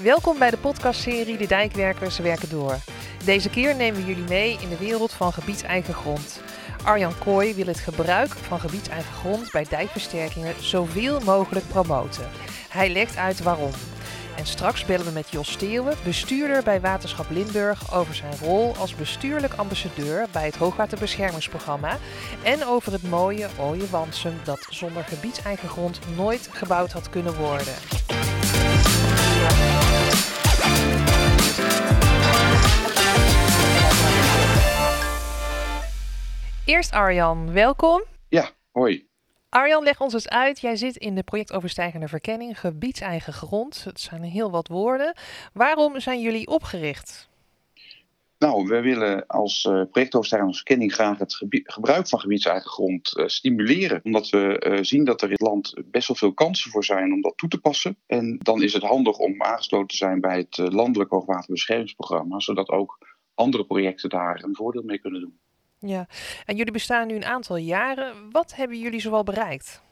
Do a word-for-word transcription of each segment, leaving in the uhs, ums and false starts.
Welkom bij de podcastserie De Dijkwerkers werken door. Deze keer nemen we jullie mee in de wereld van gebiedseigen grond. Arjan Kooi wil het gebruik van gebiedseigen grond bij dijkversterkingen zoveel mogelijk promoten. Hij legt uit waarom. En straks bellen we met Jos Steeuwen, bestuurder bij Waterschap Limburg, over zijn rol als bestuurlijk ambassadeur bij het Hoogwaterbeschermingsprogramma en over het mooie Ooiewansum dat zonder gebiedseigen grond nooit gebouwd had kunnen worden. Eerst Arjan, welkom. Ja, hoi. Arjan, leg ons eens uit. Jij zit in de projectoverstijgende verkenning, gebiedseigen grond. Het zijn heel wat woorden. Waarom zijn jullie opgericht? Nou, we willen als uh, projectoverstijgende verkenning graag het gebi- gebruik van gebiedseigen grond uh, stimuleren. Omdat we uh, zien dat er in het land best wel veel kansen voor zijn om dat toe te passen. En dan is het handig om aangesloten te zijn bij het uh, Landelijk Hoogwaterbeschermingsprogramma. Zodat ook andere projecten daar een voordeel mee kunnen doen. Ja, en jullie bestaan nu een aantal jaren. Wat hebben jullie zoal bereikt?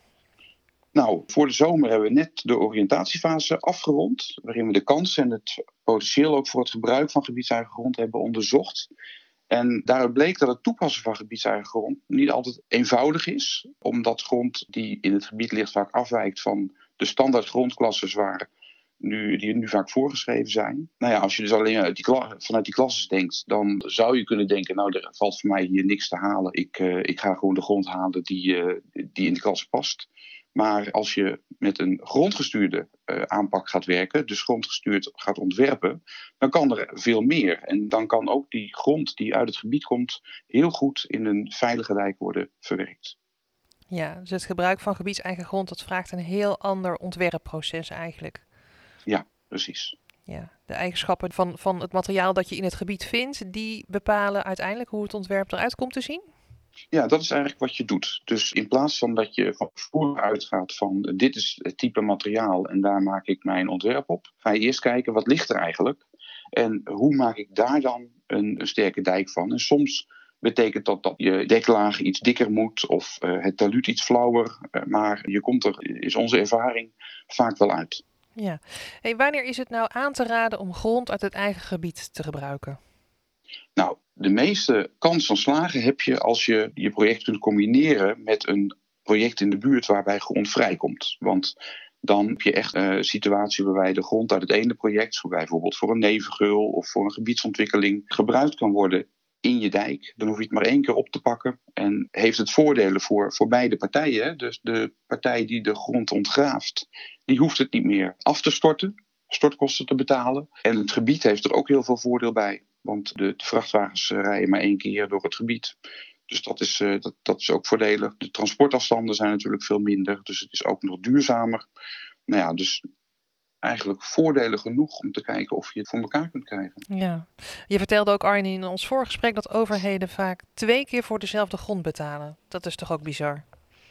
Nou, voor de zomer hebben we net de oriëntatiefase afgerond, waarin we de kansen en het potentieel ook voor het gebruik van gebiedseigen grond hebben onderzocht. En daaruit bleek dat het toepassen van gebiedseigen grond niet altijd eenvoudig is, omdat grond die in het gebied ligt vaak afwijkt van de standaard grondklasses waar nu, die nu vaak voorgeschreven zijn. Nou ja, als je dus alleen uit die kla- vanuit die klasses denkt, dan zou je kunnen denken, nou, er valt voor mij hier niks te halen. Ik, uh, ik ga gewoon de grond halen die, uh, die in de klasse past. Maar als je met een grondgestuurde uh, aanpak gaat werken, dus grondgestuurd gaat ontwerpen, dan kan er veel meer. En dan kan ook die grond die uit het gebied komt heel goed in een veilige dijk worden verwerkt. Ja, dus het gebruik van gebiedseigen grond, dat vraagt een heel ander ontwerpproces eigenlijk. Ja, precies. Ja, de eigenschappen van, van het materiaal dat je in het gebied vindt, die bepalen uiteindelijk hoe het ontwerp eruit komt te zien? Ja, dat is eigenlijk wat je doet. Dus in plaats van dat je van tevoren uitgaat van dit is het type materiaal en daar maak ik mijn ontwerp op, ga je eerst kijken wat ligt er eigenlijk en hoe maak ik daar dan een, een sterke dijk van. En soms betekent dat dat je deklaag iets dikker moet of uh, het taluut iets flauwer, uh, maar je komt er, is onze ervaring, vaak wel uit. Ja. Hey, wanneer is het nou aan te raden om grond uit het eigen gebied te gebruiken? Nou, de meeste kans van slagen heb je als je je project kunt combineren met een project in de buurt waarbij grond vrijkomt. Want dan heb je echt een situatie waarbij de grond uit het ene project, zo bijvoorbeeld voor een nevengeul of voor een gebiedsontwikkeling, gebruikt kan worden in je dijk. Dan hoef je het maar één keer op te pakken en heeft het voordelen voor, voor beide partijen. Dus de partij die de grond ontgraaft, die hoeft het niet meer af te storten, stortkosten te betalen. En het gebied heeft er ook heel veel voordeel bij. Want de, de vrachtwagens rijden maar één keer door het gebied. Dus dat is, uh, dat, dat is ook voordelig. De transportafstanden zijn natuurlijk veel minder. Dus het is ook nog duurzamer. Nou ja, dus eigenlijk voordelen genoeg om te kijken of je het voor elkaar kunt krijgen. Ja. Je vertelde ook, Arjen, in ons voorgesprek dat overheden vaak twee keer voor dezelfde grond betalen. Dat is toch ook bizar?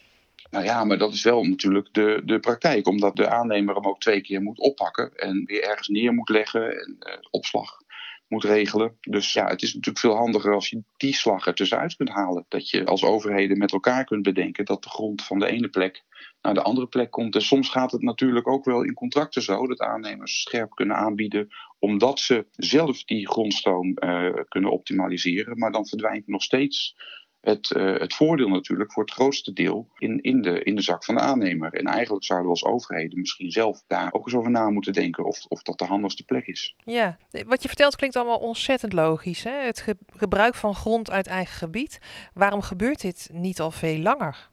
Nou ja, maar dat is wel natuurlijk de, de praktijk. Omdat de aannemer hem ook twee keer moet oppakken en weer ergens neer moet leggen en uh, opslag moet regelen. Dus ja, het is natuurlijk veel handiger als je die slag er tussenuit kunt halen. Dat je als overheden met elkaar kunt bedenken dat de grond van de ene plek naar de andere plek komt. En soms gaat het natuurlijk ook wel in contracten zo dat aannemers scherp kunnen aanbieden omdat ze zelf die grondstroom uh, kunnen optimaliseren. Maar dan verdwijnt nog steeds Het, uh, het voordeel natuurlijk voor het grootste deel in, in, de, in de zak van de aannemer. En eigenlijk zouden we als overheden misschien zelf daar ook eens over na moeten denken of, of dat de handigste plek is. Ja, wat je vertelt klinkt allemaal ontzettend logisch, hè? Het ge- gebruik van grond uit eigen gebied. Waarom gebeurt dit niet al veel langer?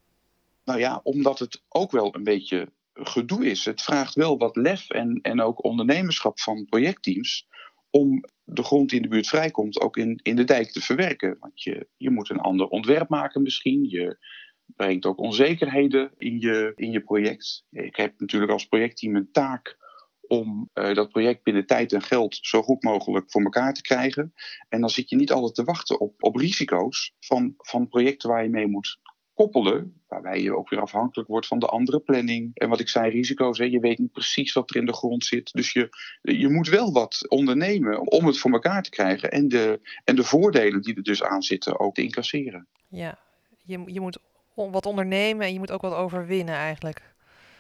Nou ja, omdat het ook wel een beetje gedoe is. Het vraagt wel wat lef en, en ook ondernemerschap van projectteams om de grond die in de buurt vrijkomt ook in, in de dijk te verwerken. Want je, je moet een ander ontwerp maken misschien. Je brengt ook onzekerheden in je, in je project. Ik heb natuurlijk als projectteam een taak om uh, dat project binnen tijd en geld zo goed mogelijk voor elkaar te krijgen. En dan zit je niet altijd te wachten op, op risico's van, van projecten waar je mee moet koppelen, waarbij je ook weer afhankelijk wordt van de andere planning. En wat ik zei, risico's, hè, je weet niet precies wat er in de grond zit. Dus je, je moet wel wat ondernemen om het voor elkaar te krijgen en de, en de voordelen die er dus aan zitten ook te incasseren. Ja, je, je moet wat ondernemen en je moet ook wat overwinnen eigenlijk.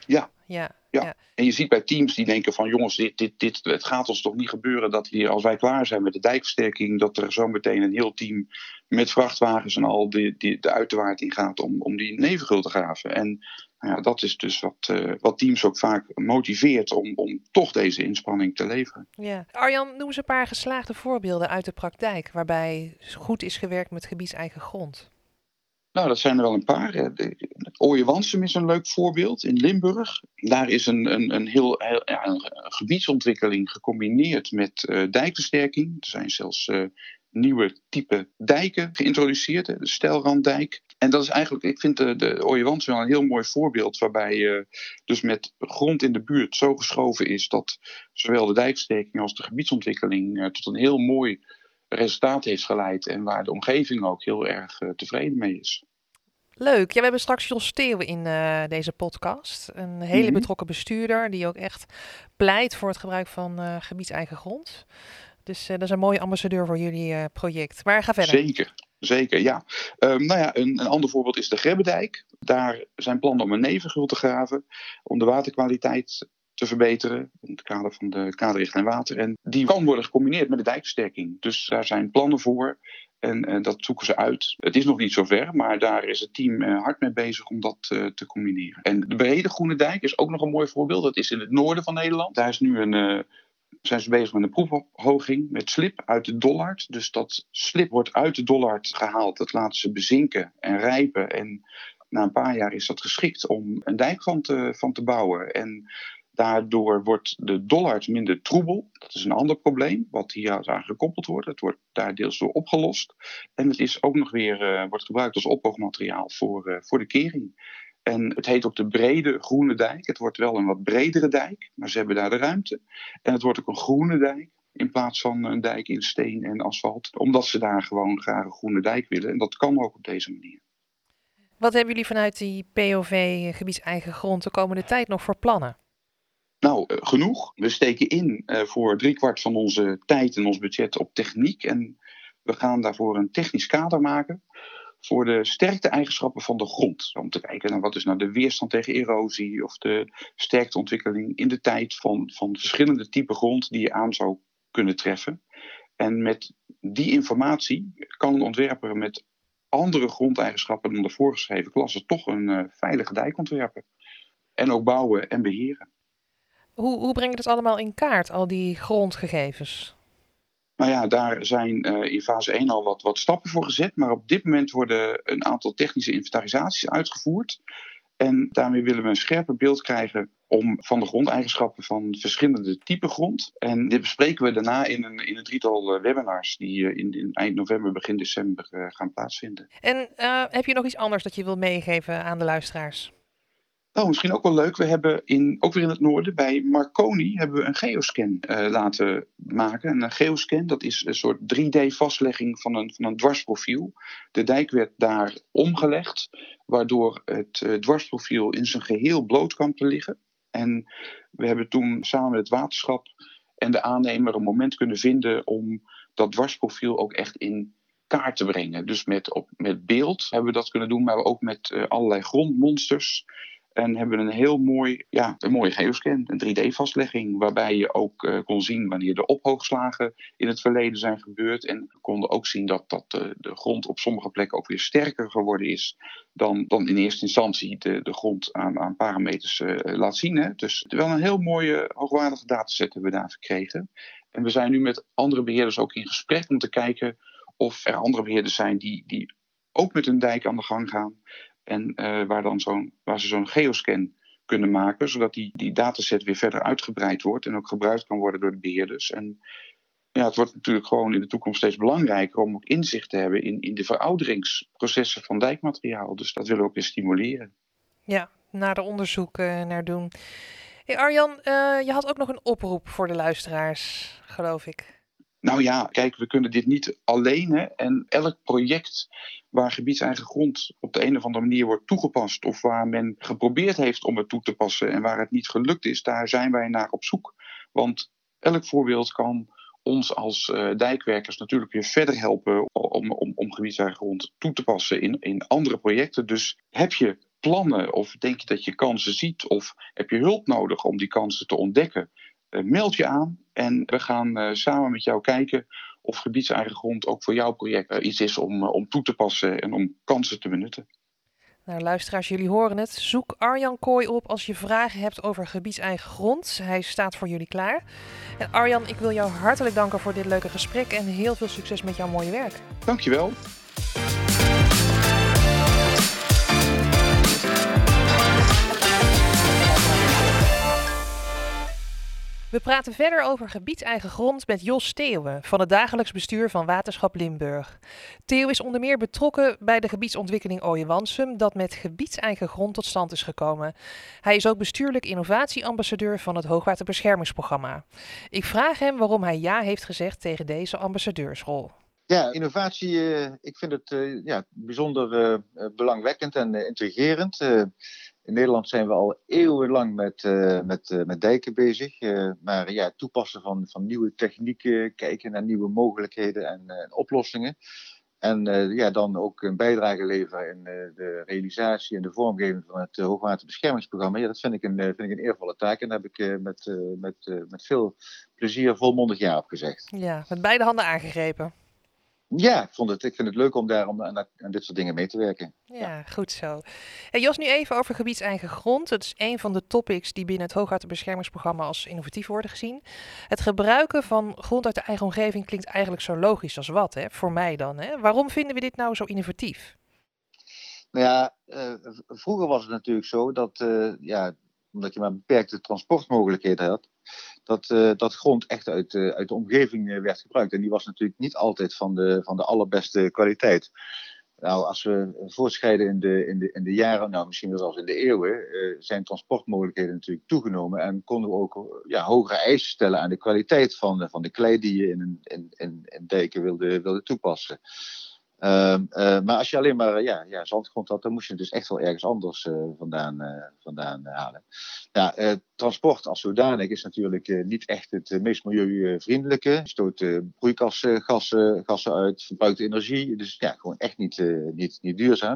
Ja. Ja, Ja. ja. En je ziet bij teams die denken van jongens, dit, dit, dit, het gaat ons toch niet gebeuren dat hier, als wij klaar zijn met de dijkversterking, dat er zo meteen een heel team met vrachtwagens en al die, die, de uiterwaard in gaat om, om die nevengul te graven. En nou ja, dat is dus wat, uh, wat teams ook vaak motiveert om, om toch deze inspanning te leveren. Ja. Arjan, noem eens een paar geslaagde voorbeelden uit de praktijk waarbij goed is gewerkt met gebiedseigen grond. Nou, dat zijn er wel een paar. Ooije-Wansum is een leuk voorbeeld in Limburg. Daar is een, een, een heel, heel ja, een gebiedsontwikkeling gecombineerd met uh, dijkversterking. Er zijn zelfs uh, nieuwe type dijken geïntroduceerd, hè, de steilranddijk. En dat is eigenlijk, ik vind de, de Ooije-Wansum wel een heel mooi voorbeeld waarbij uh, dus met grond in de buurt zo geschoven is dat zowel de dijkversterking als de gebiedsontwikkeling uh, tot een heel mooi resultaat heeft geleid en waar de omgeving ook heel erg uh, tevreden mee is. Leuk. Ja, we hebben straks Jos Steeuwen in uh, deze podcast. Een hele mm-hmm. betrokken bestuurder die ook echt pleit voor het gebruik van uh, gebiedseigen grond. Dus uh, dat is een mooie ambassadeur voor jullie uh, project. Maar ga verder. Zeker, zeker, ja. Um, nou ja, een, een ander voorbeeld is de Grebbedijk. Daar zijn plannen om een nevengul te graven, om de waterkwaliteit te verbeteren in het kader van de kaderrichtlijn water. En die kan worden gecombineerd met de dijkversterking. Dus daar zijn plannen voor en uh, dat zoeken ze uit. Het is nog niet zover, maar daar is het team uh, hard mee bezig om dat uh, te combineren. En de Brede Groene Dijk is ook nog een mooi voorbeeld. Dat is in het noorden van Nederland. Daar is nu een, uh, zijn ze bezig met een proefophoging met slib uit de Dollard. Dus dat slib wordt uit de Dollard gehaald. Dat laten ze bezinken en rijpen. En na een paar jaar is dat geschikt om een dijk van te, van te bouwen. En daardoor wordt de Dollard minder troebel. Dat is een ander probleem, wat hier aan gekoppeld wordt. Het wordt daar deels door opgelost. En het is ook nog weer uh, wordt gebruikt als ophoogmateriaal voor, uh, voor de kering. En het heet ook de Brede Groene Dijk. Het wordt wel een wat bredere dijk, maar ze hebben daar de ruimte. En het wordt ook een groene dijk in plaats van een dijk in steen en asfalt. Omdat ze daar gewoon graag een groene dijk willen. En dat kan ook op deze manier. Wat hebben jullie vanuit die P O V gebiedseigen grond de komende tijd nog voor plannen? Nou, uh, genoeg. We steken in uh, voor driekwart van onze tijd en ons budget op techniek. En we gaan daarvoor een technisch kader maken voor de sterkte-eigenschappen van de grond. Om te kijken naar wat is nou de weerstand tegen erosie of de sterkteontwikkeling in de tijd van, van verschillende typen grond die je aan zou kunnen treffen. En met die informatie kan een ontwerper met andere grondeigenschappen dan de voorgeschreven klasse toch een uh, veilige dijk ontwerpen. En ook bouwen en beheren. Hoe, hoe breng je dat allemaal in kaart, al die grondgegevens? Nou ja, daar zijn uh, in fase één al wat, wat stappen voor gezet. Maar op dit moment worden een aantal technische inventarisaties uitgevoerd. En daarmee willen we een scherper beeld krijgen om, van de grondeigenschappen van verschillende typen grond. En dit bespreken we daarna in een, in een drietal uh, webinars die uh, in, in eind november, begin december uh, gaan plaatsvinden. En uh, heb je nog iets anders dat je wilt meegeven aan de luisteraars? Nou, misschien ook wel leuk. We hebben in, ook weer in het noorden bij Marconi hebben we een geoscan uh, laten maken. En een geoscan, dat is een soort drie D-vastlegging van een, van een dwarsprofiel. De dijk werd daar omgelegd, waardoor het uh, dwarsprofiel in zijn geheel bloot kwam te liggen. En we hebben toen samen met het waterschap en de aannemer een moment kunnen vinden om dat dwarsprofiel ook echt in kaart te brengen. Dus met, op, met beeld hebben we dat kunnen doen, maar ook met uh, allerlei grondmonsters. En hebben we een heel mooi, ja, een mooie geoscan, een drie D-vastlegging, waarbij je ook uh, kon zien wanneer de ophoogslagen in het verleden zijn gebeurd. En we konden ook zien dat, dat uh, de grond op sommige plekken ook weer sterker geworden is dan, dan in eerste instantie de, de grond aan, aan parameters uh, laat zien. Hè. Dus wel een heel mooie, hoogwaardige dataset hebben we daar verkregen. En we zijn nu met andere beheerders ook in gesprek om te kijken of er andere beheerders zijn die, die ook met hun dijk aan de gang gaan. En uh, waar, dan zo'n, waar ze zo'n geoscan kunnen maken, zodat die, die dataset weer verder uitgebreid wordt en ook gebruikt kan worden door de beheerders. En ja, het wordt natuurlijk gewoon in de toekomst steeds belangrijker om ook inzicht te hebben in, in de verouderingsprocessen van dijkmateriaal. Dus dat willen we ook weer stimuleren. Ja, naar de onderzoek uh, naar doen. Hey Arjan, uh, je had ook nog een oproep voor de luisteraars, geloof ik. Nou ja, kijk, we kunnen dit niet alleen. Hè, en elk project waar gebiedseigen grond op de een of andere manier wordt toegepast, of waar men geprobeerd heeft om het toe te passen en waar het niet gelukt is, daar zijn wij naar op zoek. Want elk voorbeeld kan ons als uh, dijkwerkers natuurlijk weer verder helpen om, om, om gebiedseigen grond toe te passen in, in andere projecten. Dus heb je plannen of denk je dat je kansen ziet of heb je hulp nodig om die kansen te ontdekken? Uh, meld je aan en we gaan uh, samen met jou kijken of gebiedseigen grond ook voor jouw project uh, iets is om, uh, om toe te passen en om kansen te benutten. Nou, luisteraars, jullie horen het. Zoek Arjan Kooi op als je vragen hebt over gebiedseigen grond. Hij staat voor jullie klaar. En Arjan, ik wil jou hartelijk danken voor dit leuke gesprek en heel veel succes met jouw mooie werk. Dankjewel. We praten verder over gebiedseigen grond met Jos Theeuwen van het dagelijks bestuur van Waterschap Limburg. Theo is onder meer betrokken bij de gebiedsontwikkeling Ooijewansum dat met gebiedseigen grond tot stand is gekomen. Hij is ook bestuurlijk innovatieambassadeur van het Hoogwaterbeschermingsprogramma. Ik vraag hem waarom hij ja heeft gezegd tegen deze ambassadeursrol. Ja, innovatie, uh, ik vind het uh, ja, bijzonder uh, belangwekkend en uh, intrigerend. Uh, in Nederland zijn we al eeuwenlang met, uh, met, uh, met dijken bezig. Uh, maar ja, het toepassen van, van nieuwe technieken, kijken naar nieuwe mogelijkheden en uh, oplossingen. En uh, ja, dan ook een bijdrage leveren in uh, de realisatie en de vormgeving van het uh, Hoogwaterbeschermingsprogramma. Ja, dat vind ik een, uh, vind ik een eervolle taak en daar heb ik uh, met, uh, met, uh, met veel plezier volmondig ja op gezegd. Ja, met beide handen aangegrepen. Ja, ik, vond het, ik vind het leuk om daar om aan, aan dit soort dingen mee te werken. Ja, ja. Goed zo. Hey Jos, nu even over gebiedseigen grond. Het is een van de topics die binnen het Hoogwaterbeschermingsprogramma als innovatief worden gezien. Het gebruiken van grond uit de eigen omgeving klinkt eigenlijk zo logisch als wat, hè? Voor mij dan. Hè? Waarom vinden we dit nou zo innovatief? Nou ja, uh, vroeger was het natuurlijk zo dat, uh, ja, omdat je maar beperkte transportmogelijkheden had, dat, uh, dat grond echt uit, uh, uit de omgeving uh, werd gebruikt. En die was natuurlijk niet altijd van de, van de allerbeste kwaliteit. Nou, als we voortschrijden in de, in de, in de jaren, nou misschien wel zelfs in de eeuwen, uh, zijn transportmogelijkheden natuurlijk toegenomen. En konden we ook ja, hogere eisen stellen aan de kwaliteit van, van de klei die je in, in, in, in dijken wilde, wilde toepassen. Uh, uh, maar als je alleen maar uh, ja, ja, zandgrond had, dan moest je het dus echt wel ergens anders uh, vandaan, uh, vandaan uh, halen. Ja, uh, transport als zodanig is natuurlijk uh, niet echt het uh, meest milieuvriendelijke. Je stoot uh, broeikasgassen gassen uit, verbruikt energie. Dus ja, gewoon echt niet, uh, niet, niet duurzaam.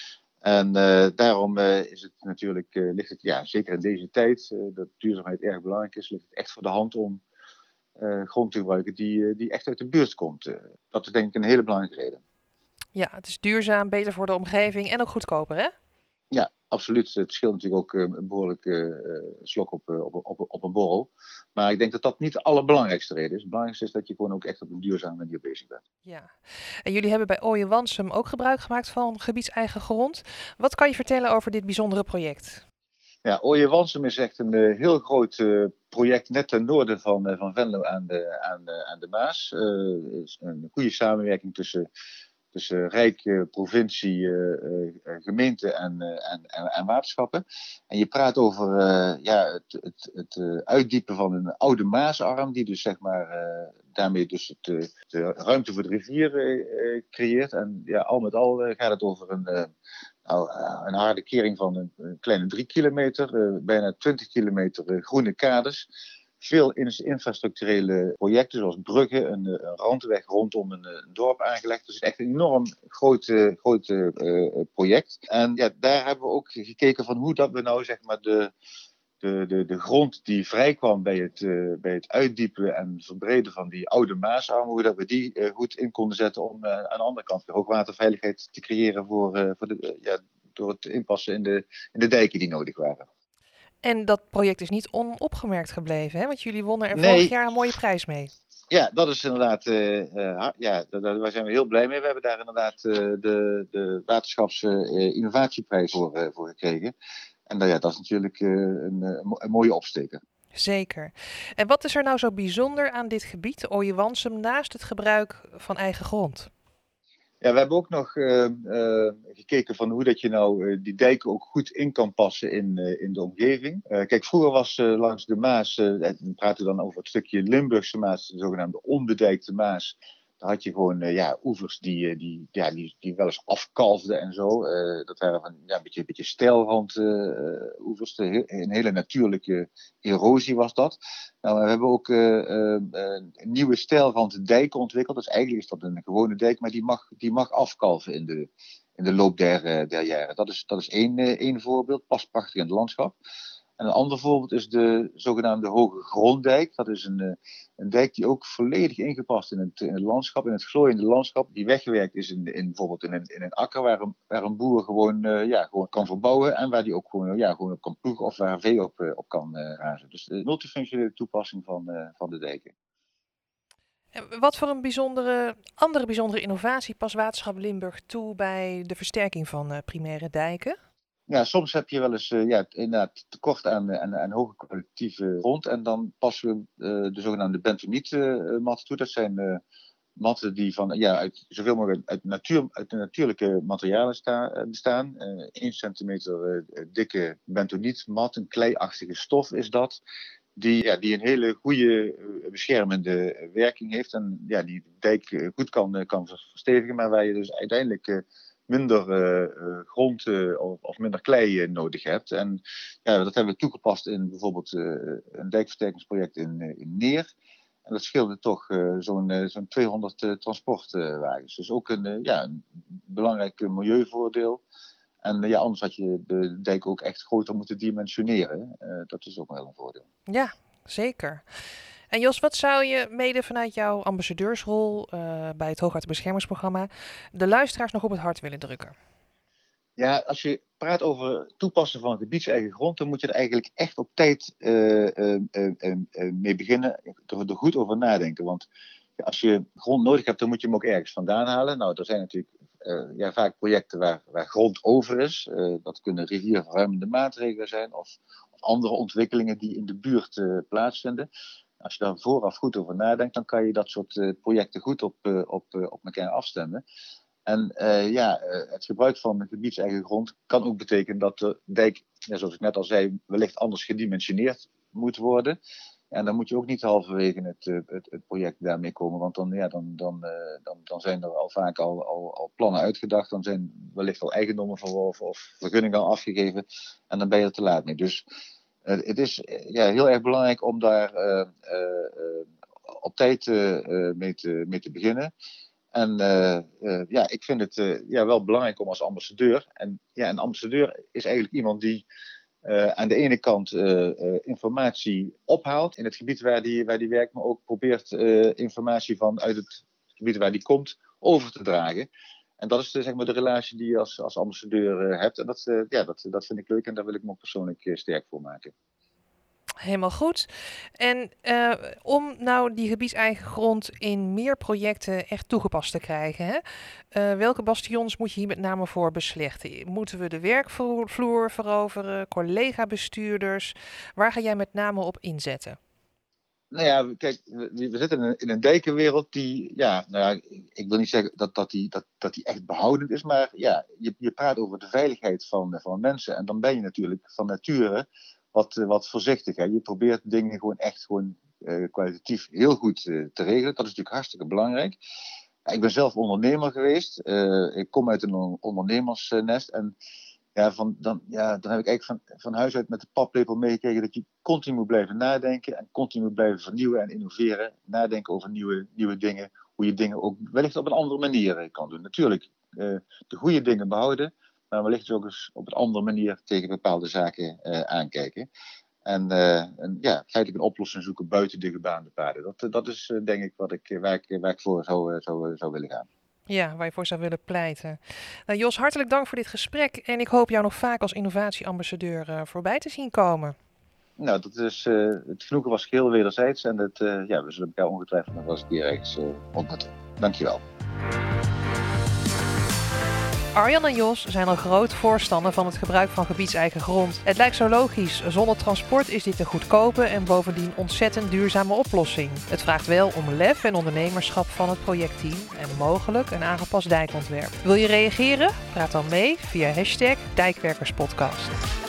En uh, daarom uh, is het natuurlijk, uh, ligt het, ja, zeker in deze tijd, uh, dat duurzaamheid erg belangrijk is, ligt het echt voor de hand om uh, grond te gebruiken die, uh, die echt uit de buurt komt. Uh, dat is denk ik een hele belangrijke reden. Ja, het is duurzaam, beter voor de omgeving en ook goedkoper, hè? Ja, absoluut. Het scheelt natuurlijk ook uh, een behoorlijke uh, slok op, uh, op, op, op een borrel. Maar ik denk dat dat niet de allerbelangrijkste reden is. Het belangrijkste is dat je gewoon ook echt op een duurzame manier bezig bent. Ja, en jullie hebben bij Ooijewansum ook gebruik gemaakt van gebiedseigen grond. Wat kan je vertellen over dit bijzondere project? Ja, Ooijewansum is echt een uh, heel groot uh, project net ten noorden van, uh, van Venlo aan de, aan, de, aan de Maas. Uh, is een goede samenwerking tussen... tussen Rijk, uh, provincie, uh, uh, gemeente en, uh, en, en, en waterschappen. En je praat over uh, ja, het, het, het uh, uitdiepen van een oude Maasarm, die dus zeg maar uh, daarmee dus het, uh, de ruimte voor de rivier uh, creëert. En ja, al met al uh, gaat het over een, uh, nou, uh, een harde kering van een, een kleine drie kilometer, uh, bijna twintig kilometer uh, groene kaders. Veel infrastructurele projecten, zoals bruggen, een, een randweg rondom een, een dorp aangelegd. Dus echt een enorm groot, uh, groot uh, project. En ja, daar hebben we ook gekeken van hoe dat we nou zeg maar de, de, de, de grond die vrijkwam bij het, uh, bij het uitdiepen en verbreden van die oude Maasarm, hoe dat we die uh, goed in konden zetten om uh, aan de andere kant weer hoogwaterveiligheid te creëren voor, uh, voor de, uh, ja, door het inpassen in de, in de dijken die nodig waren. En dat project is niet onopgemerkt gebleven, hè? Want jullie wonnen er nee. vorig jaar een mooie prijs mee. Ja, dat is inderdaad, uh, uh, ja, daar, daar zijn we heel blij mee. We hebben daar inderdaad uh, de, de Waterschaps uh, Innovatieprijs voor, uh, voor gekregen. En uh, ja, dat is natuurlijk uh, een, een mooie opsteker. Zeker. En wat is er nou zo bijzonder aan dit gebied, Ooijewansum, naast het gebruik van eigen grond? Ja, we hebben ook nog uh, uh, gekeken van hoe dat je nou uh, die dijken ook goed in kan passen in, uh, in de omgeving. Uh, kijk, vroeger was uh, langs de Maas, uh, we praten dan over het stukje Limburgse Maas, de zogenaamde onbedijkte Maas. Daar had je gewoon uh, ja, oevers die, die, ja, die, die wel eens afkalfden en zo. Uh, dat waren van, ja, een beetje, een beetje steilrand uh, oevers. Een hele natuurlijke erosie was dat. Nou, we hebben ook uh, uh, een nieuwe steilrand dijken ontwikkeld. Dus eigenlijk is dat een gewone dijk, maar die mag, die mag afkalven in de, in de loop der, uh, der jaren. Dat is, dat is één, uh, één voorbeeld, past prachtig in het landschap. En een ander voorbeeld is de zogenaamde Hoge Gronddijk. Dat is een, een dijk die ook volledig ingepast in het, in het landschap, in het glooiende landschap. Die weggewerkt is in, in, bijvoorbeeld in een, in een akker waar een, waar een boer gewoon, uh, ja, gewoon kan verbouwen. En waar die ook gewoon, ja, gewoon op kan ploegen of waar vee op, uh, op kan uh, razen. Dus de multifunctionele toepassing van, uh, van de dijken. Wat voor een bijzondere, andere bijzondere innovatie past Waterschap Limburg toe bij de versterking van uh, primaire dijken? Ja, soms heb je wel eens uh, ja, inderdaad tekort aan, aan, aan hoge kwalitatieve grond. En dan passen we uh, de zogenaamde bentonietmatten toe. Dat zijn uh, matten die van, ja, uit zoveel mogelijk uit, natuur, uit de natuurlijke materialen sta, uh, bestaan. Uh, één centimeter uh, dikke bentonietmat, een kleiachtige stof is dat. Die, ja, die een hele goede uh, beschermende werking heeft. En ja, die de dijk uh, goed kan, uh, kan verstevigen. Maar waar je dus uiteindelijk Uh, minder uh, grond uh, of, of minder klei uh, nodig hebt. En ja, dat hebben we toegepast in bijvoorbeeld uh, een dijkversterkingsproject in, uh, in Neer. En dat scheelde toch uh, zo'n, uh, zo'n tweehonderd uh, transportwagens. Dus ook een, uh, ja, een belangrijk uh, milieuvoordeel. En uh, ja, anders had je de dijk ook echt groter moeten dimensioneren. Uh, dat is ook wel een voordeel. Ja, zeker. En Jos, wat zou je mede vanuit jouw ambassadeursrol uh, bij het Hoogwaterbeschermingsprogramma de luisteraars nog op het hart willen drukken? Ja, als je praat over toepassen van gebiedseigen grond, dan moet je er eigenlijk echt op tijd uh, uh, uh, uh, uh, mee beginnen, er, er goed over nadenken. Want ja, als je grond nodig hebt, dan moet je hem ook ergens vandaan halen. Nou, er zijn natuurlijk uh, ja, vaak projecten waar, waar grond over is. Uh, dat kunnen rivierverruimende maatregelen zijn of, of andere ontwikkelingen die in de buurt uh, plaatsvinden. Als je daar vooraf goed over nadenkt, dan kan je dat soort uh, projecten goed op, uh, op, uh, op elkaar afstemmen. En uh, ja, uh, het gebruik van gebiedseigen grond kan ook betekenen dat de dijk, ja, zoals ik net al zei, wellicht anders gedimensioneerd moet worden. En dan moet je ook niet halverwege het, uh, het, het project daarmee komen, want dan, ja, dan, dan, uh, dan, dan zijn er al vaak al, al, al plannen uitgedacht, dan zijn wellicht al eigendommen verworven of vergunningen al afgegeven en dan ben je er te laat mee. Dus Uh, het is uh, ja, heel erg belangrijk om daar uh, uh, uh, op tijd uh, mee, te, mee te beginnen. En uh, uh, ja, ik vind het uh, ja, wel belangrijk om als ambassadeur. En ja, een ambassadeur is eigenlijk iemand die uh, aan de ene kant uh, uh, informatie ophaalt in het gebied waar die, waar die werkt, maar ook probeert uh, informatie van uit het gebied waar die komt over te dragen. En dat is de, zeg maar, de relatie die je als, als ambassadeur uh, hebt. En dat, uh, ja, dat, dat vind ik leuk en daar wil ik me ook persoonlijk uh, sterk voor maken. Helemaal goed. En uh, om nou die gebiedseigen grond in meer projecten echt toegepast te krijgen, hè? Uh, welke bastions moet je hier met name voor beslechten? Moeten we de werkvloer veroveren, collega-bestuurders? Waar ga jij met name op inzetten? Nou ja, kijk, we, we zitten in een, in een dijkenwereld die, ja, nou ja, ik wil niet zeggen dat, dat, die, dat, dat die echt behoudend is, maar ja, je, je praat over de veiligheid van, van mensen en dan ben je natuurlijk van nature wat, wat voorzichtig. Hè. Je probeert dingen gewoon echt gewoon uh, kwalitatief heel goed uh, te regelen. Dat is natuurlijk hartstikke belangrijk. Ja, ik ben zelf ondernemer geweest. Uh, ik kom uit een ondernemersnest en Ja, van, dan, ja, dan heb ik eigenlijk van, van huis uit met de paplepel meegekregen dat je continu moet blijven nadenken en continu moet blijven vernieuwen en innoveren. Nadenken over nieuwe, nieuwe dingen, hoe je dingen ook wellicht op een andere manier kan doen. Natuurlijk uh, de goede dingen behouden, maar wellicht ook eens op een andere manier tegen bepaalde zaken uh, aankijken. En, uh, en ja, feitelijk een oplossing zoeken buiten de gebaande paden. Dat, dat is uh, denk ik wat ik, waar, ik, waar ik voor zou, zou, zou willen gaan. Ja, waar je voor zou willen pleiten. Nou, Jos, hartelijk dank voor dit gesprek. En ik hoop jou nog vaak als innovatieambassadeur uh, voorbij te zien komen. Nou, dat is, uh, het genoegen was geheel wederzijds. En het, uh, ja, we zullen elkaar ongetwijfeld nog wel eens een keer ergens uh, ontmoeten. Dankjewel. Arjan en Jos zijn al groot voorstander van het gebruik van gebiedseigen grond. Het lijkt zo logisch. Zonder transport is dit een goedkope en bovendien ontzettend duurzame oplossing. Het vraagt wel om lef en ondernemerschap van het projectteam en mogelijk een aangepast dijkontwerp. Wil je reageren? Praat dan mee via hashtag Dijkwerkerspodcast.